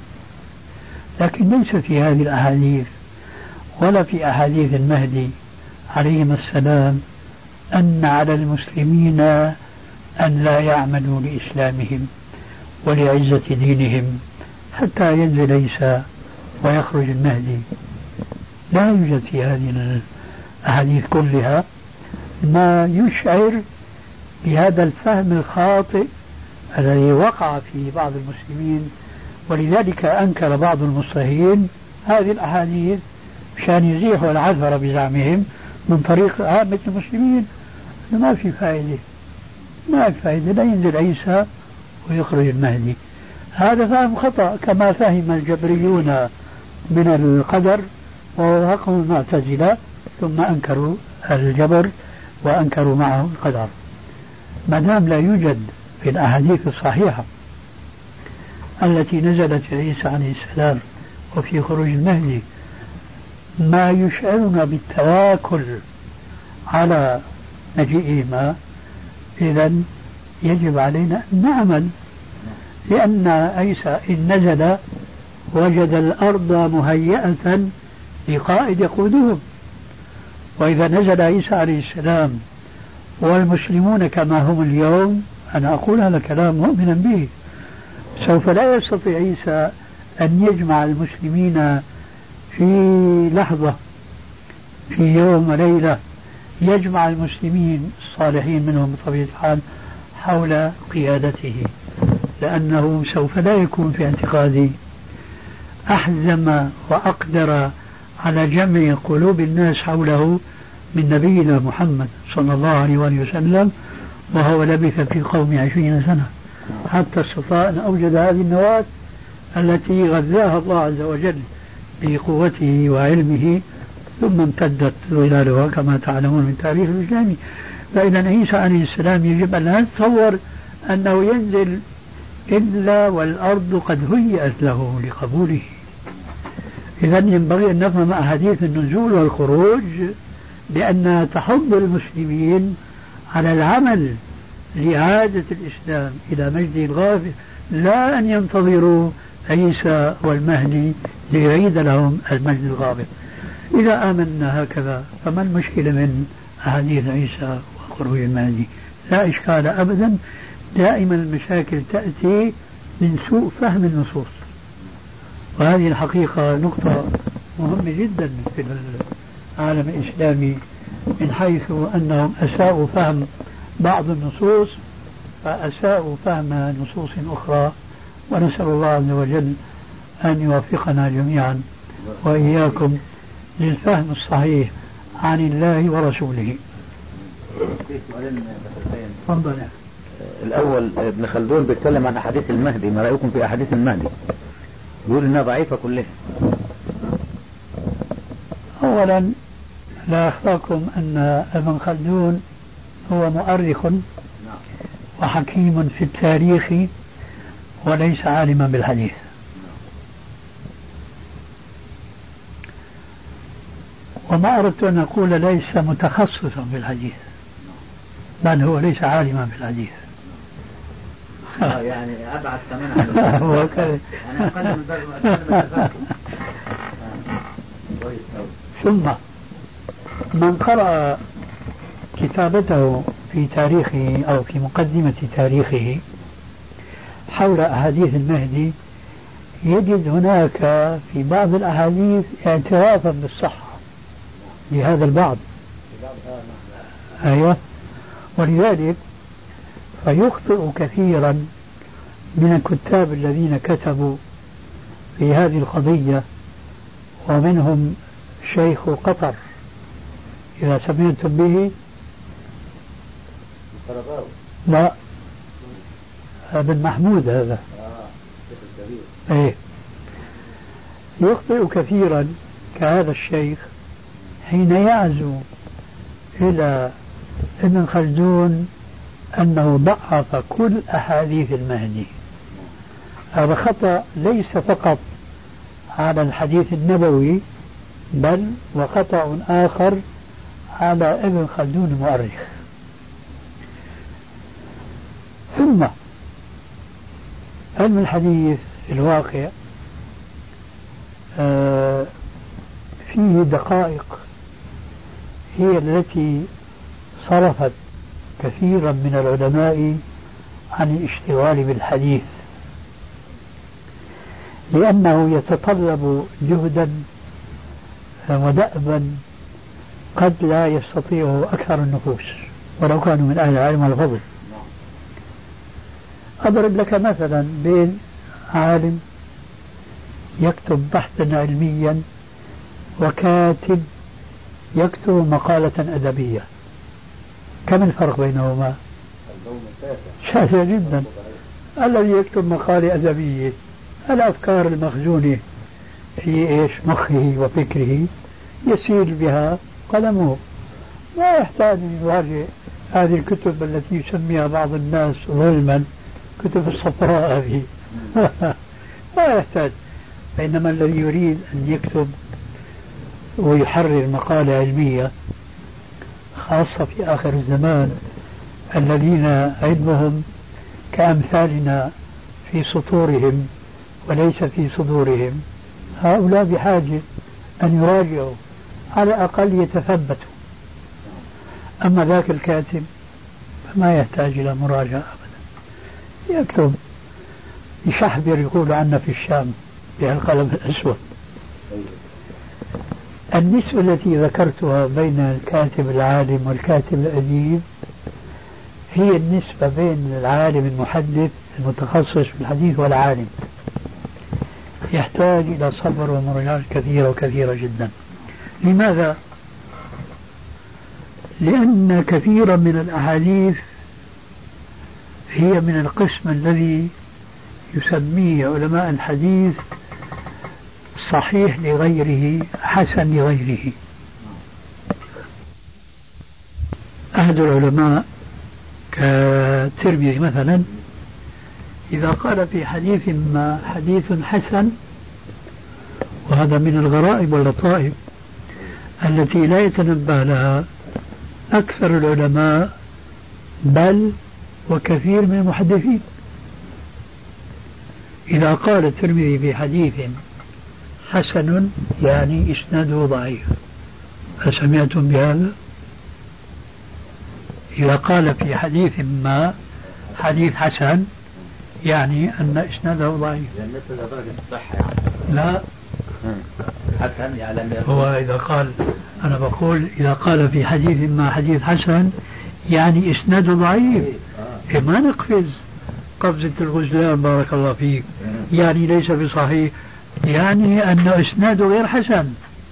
لكن ليس في هذه الأحاديث ولا في أحاديث المهدي عليهم السلام أن على المسلمين أن لا يعملوا لإسلامهم ولعزة دينهم حتى ينزل عيسى ويخرج المهدي. لا يوجد في هذه الأحاديث كلها ما يشعر بهذا الفهم الخاطئ الذي وقع في بعض المسلمين، ولذلك أنكر بعض المصلحين هذه الأحاديث مشان يزيحوا العذر بزعمهم من طريق عامة المسلمين. ما في فائدة، ما في فائدة، لا ينزل عيسى ويخرج المهدي. هذا فهم خطأ كما فهم الجبريون من القدر ووافقهم المعتزلة، ثم أنكروا الجبر وأنكروا معه القدر. ما دام لا يوجد في الأحاديث الصحيحة التي نزلت في عيسى عليه السلام وفي خروج المهدي ما يشعرنا بالتواكل على مجيئهما، إذن يجب علينا أن نعمل، لأن عيسى إن نزل وجد الأرض مهيئة لقائد يقودهم، وإذا نزل عيسى عليه السلام والمسلمون كما هم اليوم، أنا أقول هذا كلام مؤمنا به، سوف لا يستطيع عيسى أن يجمع المسلمين في لحظة في يوم وليلة، يجمع المسلمين الصالحين منهم بطبيعة الحال حول قيادته، لأنه سوف لا يكون في اعتقادي أحزم وأقدر على جمع قلوب الناس حوله من نبينا محمد صلى الله عليه وسلم، وهو لبث في قوم عشرين سنة حتى استطاع أن أوجد هذه النواة التي غذاها الله عز وجل بقوته وعلمه، ثم امتدت ظلالها كما تعلمون من تاريخ الإسلامي. فإذا عيسى عليه السلام يجب أن لا نتصور أنه ينزل إلا والأرض قد هيئت له لقبوله. إذا ينبغي أن نفهم أحاديث النزول والخروج بأنها تحض المسلمين على العمل لإعادة الإسلام إلى مجده الغافر، لا أن ينتظروا عيسى والمهدي ليعيد لهم المجد الغافر. إذا آمنا هكذا فما المشكلة من أحاديث عيسى وخروج المهدي؟ لا إشكال أبدا. دائما المشاكل تأتي من سوء فهم النصوص، وهذه الحقيقة نقطة مهمة جدا في العالم الإسلامي، من حيث أنهم أساءوا فهم بعض النصوص فأساءوا فهم نصوص أخرى. ونسأل الله عز وجل أن يوفقنا جميعا وإياكم للفهم الصحيح عن الله ورسوله. تفضل. الأول ابن خلدون بيتكلم عن أحاديث المهدي، ما رأيكم في أحاديث المهدي؟ يقول إنها ضعيفة كلها. أولا لا أخفاكم أن ابن خلدون هو مؤرخ وحكيم في التاريخ وليس عالما بالحديث. وما أردت أن أقول ليس متخصصا بالحديث، بل هو ليس عالما بالحديث. يعني أبعد كمان عن هو كذا. ثم من قرأ كتابته في تاريخه أو في مقدمة تاريخه حول أحاديث المهدي يجد هناك في بعض الأحاديث اعترافا بالصحة لهذا البعض. أيوة. ولذلك فيخطئ كثيرا من الكتاب الذين كتبوا في هذه القضية، ومنهم شيخ قطر إذا سمعتم به. لا، ابن محمود هذا. ايه يخطئ كثيرا كهذا الشيخ حين يعزو إلى ابن خلدون أنه ضعف كل أحاديث المهدي. هذا خطأ ليس فقط على الحديث النبوي، بل وخطأ آخر على ابن خلدون المؤرخ. ثم علم الحديث في الواقع آه فيه دقائق هي التي صرفت كثيرا من العلماء عن الاشتغال بالحديث، لأنه يتطلب جهدا ودأبا قد لا يستطيعه أكثر النفوس ولو كانوا من أهل العلم والفضل. أضرب لك مثلا بين عالم يكتب بحثا علميا وكاتب يكتب مقالة أدبية، كم الفرق بينهما؟ شاسع جدا. الذي يكتب مقالة أدبية الأفكار المخزونة في إيش مخه وفكره يسير بها قلمه، لا يحتاج أن يراجع هذه الكتب التي يسميها بعض الناس ظلما كتب الصفراء هذه. لا يحتاج. بينما الذي يريد أن يكتب ويحرر مقالة علمية خاصة في آخر الزمان، الذين علمهم كأمثالنا في سطورهم وليس في صدورهم، هؤلاء بحاجة أن يراجعوا على الأقل يتثبتوا. أما ذاك الكاتب فما يحتاج إلى مراجعة أبدا، يكتب يشحبر يقول عنا في الشام بالقلم الأسود. النسبة التي ذكرتها بين الكاتب العالم والكاتب الأديب هي النسبة بين العالم المحدث المتخصص في الحديث والعالم، يحتاج إلى صبر ومراجعة كثيرة وكثيرة جدا. لماذا؟ لأن كثيرا من الأحاديث هي من القسم الذي يسميه علماء الحديث صحيح لغيره حسن لغيره. أحد العلماء كالترمذي مثلا إذا قال في حديث ما حديث حسن، وهذا من الغرائب واللطائف التي لا يتنبه لها أكثر العلماء بل وكثير من المحدثين، إذا قال الترمذي في حديث حسن يعني إسناده ضعيف، أسمعتم بهذا؟ إذا قال في حديث ما حديث حسن يعني أن إسناده ضعيف. يعني مثل درجة الصحة يعني. لا حسن يعني هو إذا قال أنا بقول إذا قال في حديث ما حديث حسن يعني إسناده ضعيف. إيه ما نقفز قفزة الغزلان بارك الله فيك يعني ليس بصحيح يعني أن إسناده غير حسن.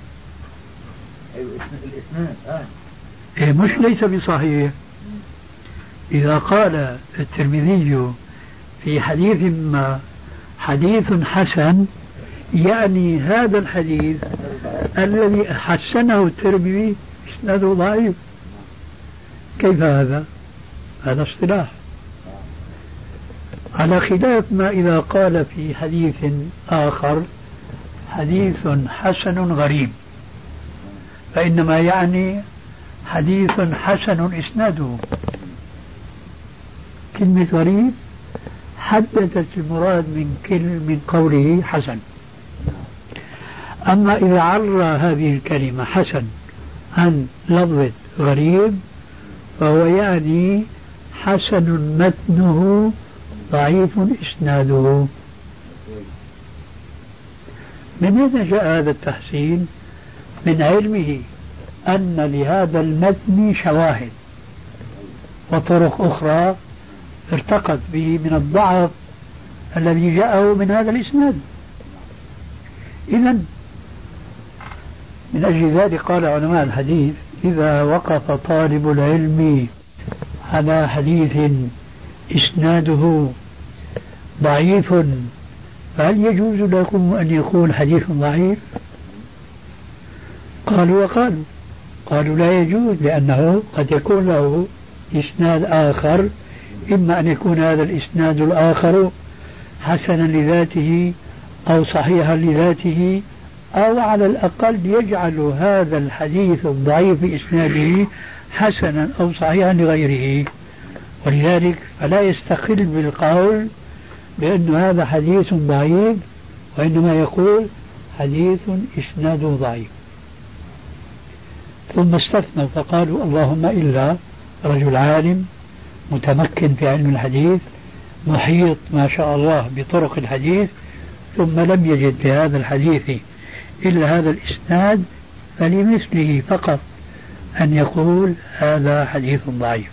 الإسناد آه. إيه مش ليس بصحيح. إذا قال الترمذي في حديث ما حديث حسن يعني هذا الحديث الذي حسنه الترمذي إسناده ضعيف. كيف هذا؟ هذا اصطلاح على خلاف ما إذا قال في حديث آخر حديث حسن غريب فإنما يعني حديث حسن إسناده. كلمة غريب حددت المراد من كل من قوله حسن. أما إذا عرى هذه الكلمة حسن عن لفظة غريب فهو يعني حسن متنه ضعيف إسناده. من أين جاء هذا التحسين؟ من علمه أن لهذا المتن شواهد وطرق أخرى ارتقت به من الضعف الذي جاءه من هذا الإسناد. إذن من أجل ذلك قال علماء الحديث إذا وقف طالب العلم على حديث إسناده ضعيف فهل يجوز لكم أن يكون حديث ضعيف؟ قالوا وقالوا قالوا لا يجوز لأنه قد يكون له إسناد آخر إما أن يكون هذا الإسناد الآخر حسنا لذاته أو صحيحا لذاته أو على الأقل يجعل هذا الحديث الضعيف بإسناده حسنا أو صحيحا لغيره. ولذلك فلا يستقل بالقول بأن هذا حديث ضعيف وإنما يقول حديث إسناده ضعيف. ثم استثنوا فقالوا اللهم إلا رجل عالم متمكن في علم الحديث محيط ما شاء الله بطرق الحديث ثم لم يجد في هذا الحديث إلا هذا الإسناد فلمثله فقط أن يقول هذا حديث ضعيف.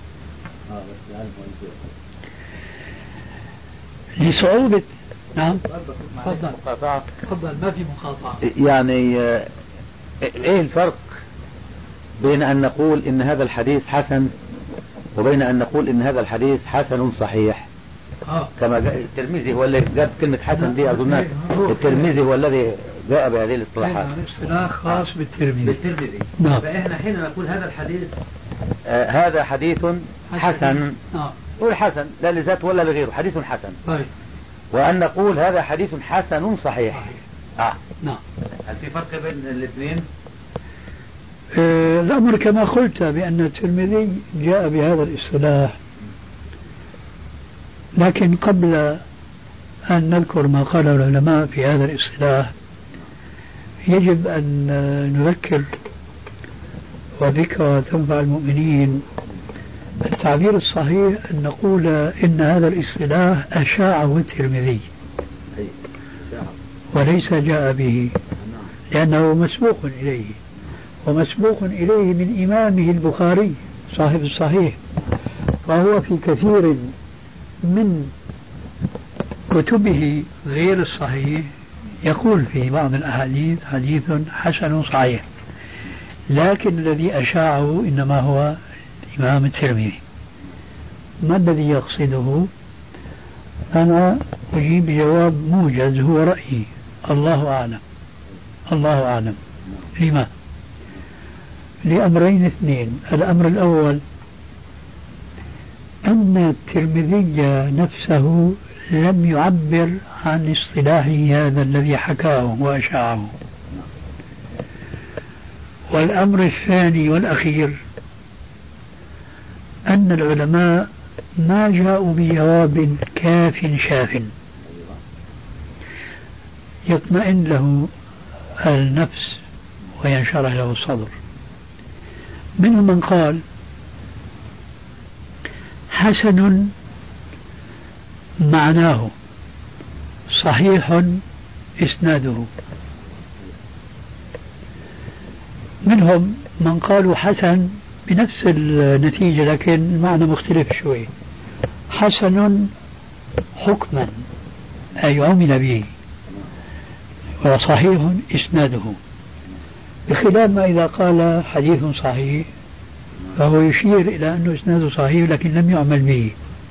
لصعوبة نعم تفضل تفضل ما في مقاطعة. يعني ايه الفرق بين ان نقول ان هذا الحديث حسن وبين ان نقول ان هذا الحديث حسن صحيح؟ آه. كما جاء الترمذي هو الذي جاب كلمة حسن دي أظن الترمذي هو الذي جاء بهذه الاصطلاحات. اصطلاح خاص بالترمذي. بالترمذي. نعم. فإحنا حين نقول هذا الحديث آه هذا حديث حسن نعم. نقول حسن لا لذات ولا لغيره حديث حسن. طيب. وأن نقول هذا حديث حسن صحيح. صحيح. آه. نعم. هل في فرق بين الاثنين؟ آه الأمر كما قلت بأن الترمذي جاء بهذا الاصطلاح لكن قبل أن نذكر ما قاله العلماء في هذا الاصطلاح يجب أن نذكر وذكرى تنفع المؤمنين. التعبير الصحيح أن نقول إن هذا الاصطلاح أشاعه الترمذي وليس جاء به لأنه مسبوق إليه ومسبوق إليه من إمامه البخاري صاحب الصحيح فهو في كثير من كتبه غير الصحيح يقول في بعض الأحاديث حديث حسن صحيح لكن الذي أشاعه إنما هو الإمام الترمذي. ما الذي يقصده؟ أنا أجيب بجواب موجز هو رأيي الله أعلم الله أعلم. لما؟ لأمرين اثنين. الأمر الأول أن الترمذي نفسه لم يعبر عن اصطلاحه هذا الذي حكاه وأشاعه. والأمر الثاني والأخير أن العلماء ما جاءوا بجواب كاف شاف يطمئن له النفس وينشرح له الصدر. منهم من قال حسن معناه صحيح إسناده. منهم من قالوا حسن بنفس النتيجة لكن المعنى مختلف شوي، حسن حكما أي عمل به، وصحيح إسناده، بخلاف ما إذا قال حديث صحيح فهو يشير إلى أنه إسناده صحيح لكن لم يعمل به.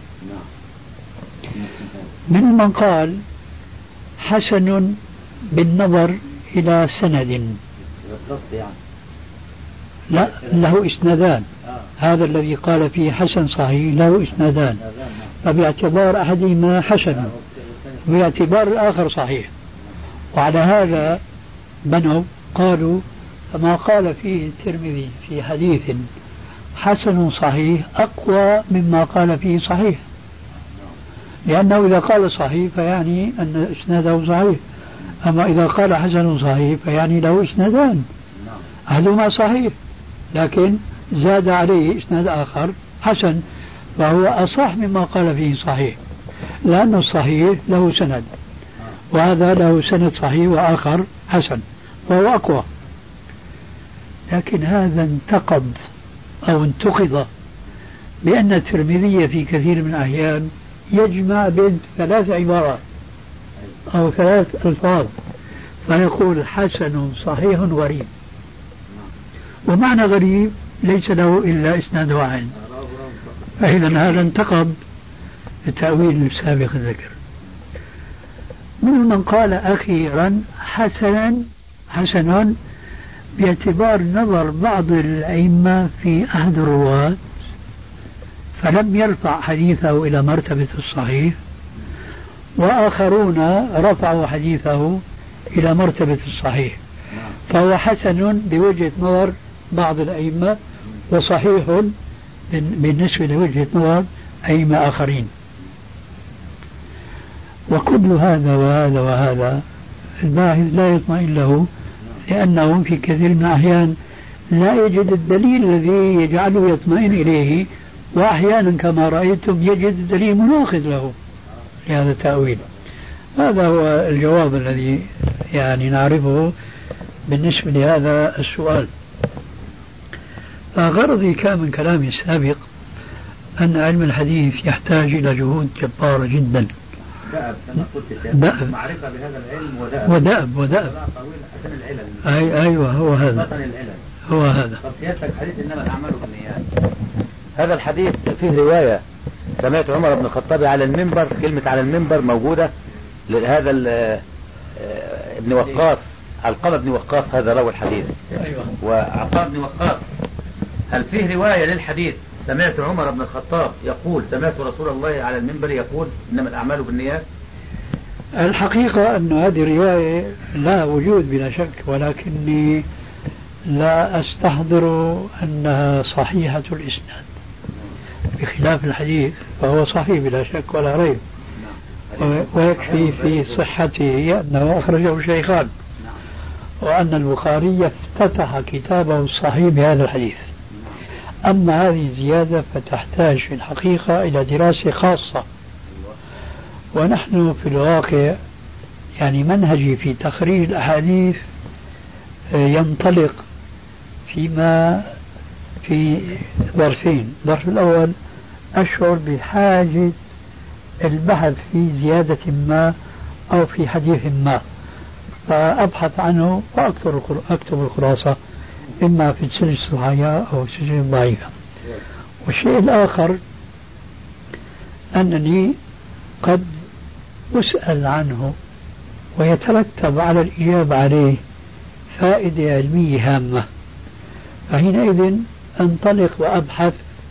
من من قال حسن بالنظر إلى سند، لا له إسنادان، هذا الذي قال فيه حسن صحيح له إسنادان، فباعتبار أحدهما حسن باعتبار الآخر صحيح، وعلى هذا بنوا قالوا فما قال فيه الترمذي في حديث حسن صحيح أقوى مما قال فيه صحيح، لأنه إذا قال صحيح فيعني أن إسناده صحيح، أما إذا قال حسن صحيح فيعني له إسنادان، أحدهما صحيح لكن زاد عليه إسناد آخر حسن، فهو أصح مما قال فيه صحيح، لأن الصحيح له سند وهذا له سند صحيح وآخر حسن وهو أقوى. لكن هذا انتقد أو انتقد بأن الترمذي في كثير من الأحيان يجمع بين ثلاث عبارات أو ثلاث ألفاظ، فيقول حسن صحيح غريب، ومعنى غريب ليس له إلا إسناد واحد، فإذا هذا انتقد التأويل السابق الذكر. من من قال أخيرا حسنا حسن باعتبار نظر بعض الأئمة في أحد الرواة فلم يرفع حديثه إلى مرتبة الصحيح، وآخرون رفعوا حديثه إلى مرتبة الصحيح، فهو حسن بوجهة نظر بعض الأئمة وصحيح بالنسبة لوجهة نظر أئمة آخرين. وكل هذا وهذا وهذا الباحث لا يطمئن له، لأنه في كثير من الأحيان لا يجد الدليل الذي يجعله يطمئن إليه، وأحيانا كما رأيتم يجد الدليل مناقض له لهذا التأويل. هذا هو الجواب الذي يعني نعرفه بالنسبة لهذا السؤال. فغرضي كان من كلامي السابق أن علم الحديث يحتاج إلى جهود جبارة جدا، دأب معرفة بهذا العلم ودأب ودأب ودأب أي أيوة هو هذا هو هذا طب سيادتك حديث إنما الأعمال بالنيات، هذا الحديث فيه رواية سمعت عمر بن الخطاب على المنبر، كلمة على المنبر موجودة لهذا ابن وقاص، علقمة بن وقاص هذا روى الحديث. أيوة. وعقاب بن وقاص هل فيه رواية للحديث سمعت عمر بن الخطاب يقول سمعت رسول الله على المنبر يقول إنما الأعمال بالنيات؟ الحقيقة أن هذه الرواية لا وجود بلا شك، ولكني لا أستحضر أنها صحيحة الإسناد، بخلاف الحديث فهو صحيح بلا شك ولا ريب، ويكفي في صحته أنه أخرجه الشيخان، وأن البخاري افتتح كتابه الصحيح بهذا الحديث. أما هذه الزيادة فتحتاج في الحقيقة إلى دراسة خاصة، ونحن في الواقع يعني منهجي في تخريج الأحاديث ينطلق فيما في ظرفين. الظرف الأول أشعر بحاجة البحث في زيادة ما أو في حديث ما، فأبحث عنه وأكتب أكتب الخلاصة إما في السلسلة الصحيحة أو السلسلة الضعيفة. والشيء الآخر أنني قد أسأل عنه ويترتب على الإجابة عليه فائدة علمية هامة، فحينئذ أنطلق وأبحث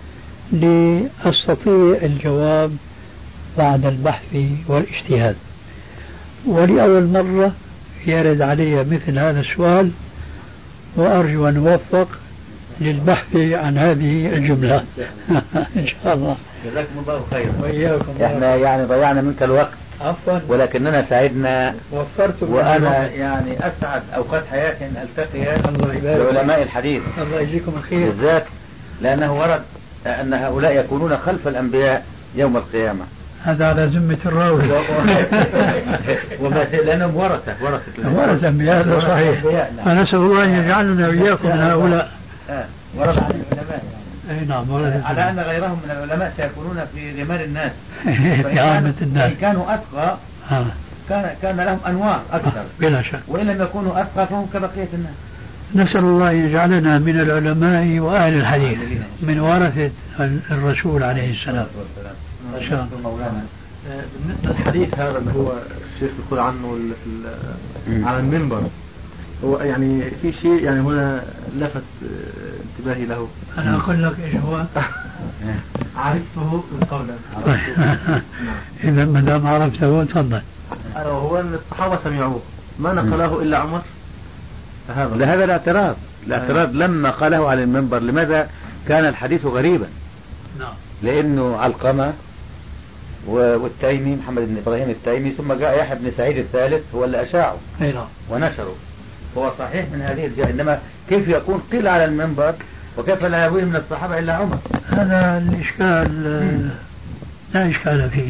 لأستطيع الجواب بعد البحث والاجتهاد. ولأول مرة يرد علي مثل هذا السؤال، وأرجو أن أوفق للبحث عن هذه الجملة إن شاء الله. جزاكم الله خيرا. وإياكم. إحنا يعني ضيعنا منك الوقت عفوا، ولكننا سعدنا وفرت، وأنا يعني أسعد أوقات حياتي أن ألتقي بعلماء الحديث. الله يجزيكم الخير، بالذات لأنه ورد أن هؤلاء يكونون خلف الأنبياء يوم القيامة. هذا على ذمة الراوي. وما لأنهم ورثة ورثة ورثة أنبياء، هذا صحيح. فنسأل الله أن يجعلنا وإياكم من هؤلاء. ورثة عن العلماء. أي نعم، ورثة. على أن غيرهم من العلماء سيكونون في غمار الناس. في عامة الناس. إن كانوا أتقى كان كان لهم أنوار أكثر. بلا شك. وإن لم يكونوا أتقى فهم كبقية الناس. نسأل الله أن يجعلنا من العلماء وأهل الحديث، من ورثة الرسول عليه السلام. إن شاء الله. بالنسبة للحديث هذا اللي هو الشيخ يقول عنه على المنبر، هو يعني في شيء يعني هنا لفت انتباهي له. أنا أقول لك إيش هو. عرفته قولا. إذا ما دام عرفته تفضل. هو أن الصحابة سمعوه ما نقله إلا عمر. هذا لهذا الاعتراض الاعتراض لما قاله على المنبر. لماذا كان الحديث غريبا؟ نعم. لأنه علقمة والتيمي محمد بن إبراهيم التيمي، ثم جاء يحيى بن سعيد الثالث هو اللي أشاعه ونشره. هو صحيح من هذه الجهة، إنما كيف يكون قيل على المنبر وكيف لا يرويه من الصحابة إلا عمر؟ هذا الإشكال لا إشكال فيه،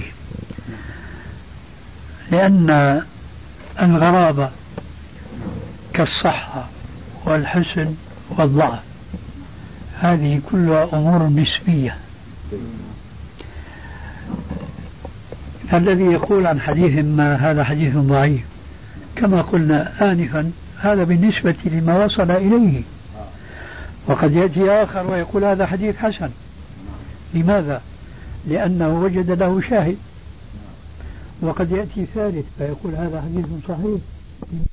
لأن الغرابة كالصحة والحسن والضعف هذه كلها أمور نسبية. الذي يقول عن حديث ما هذا حديث ضعيف كما قلنا آنفا هذا بالنسبة لما وصل إليه، وقد يأتي آخر ويقول هذا حديث حسن. لماذا؟ لأنه وجد له شاهد. وقد يأتي ثالث فيقول هذا حديث صحيح.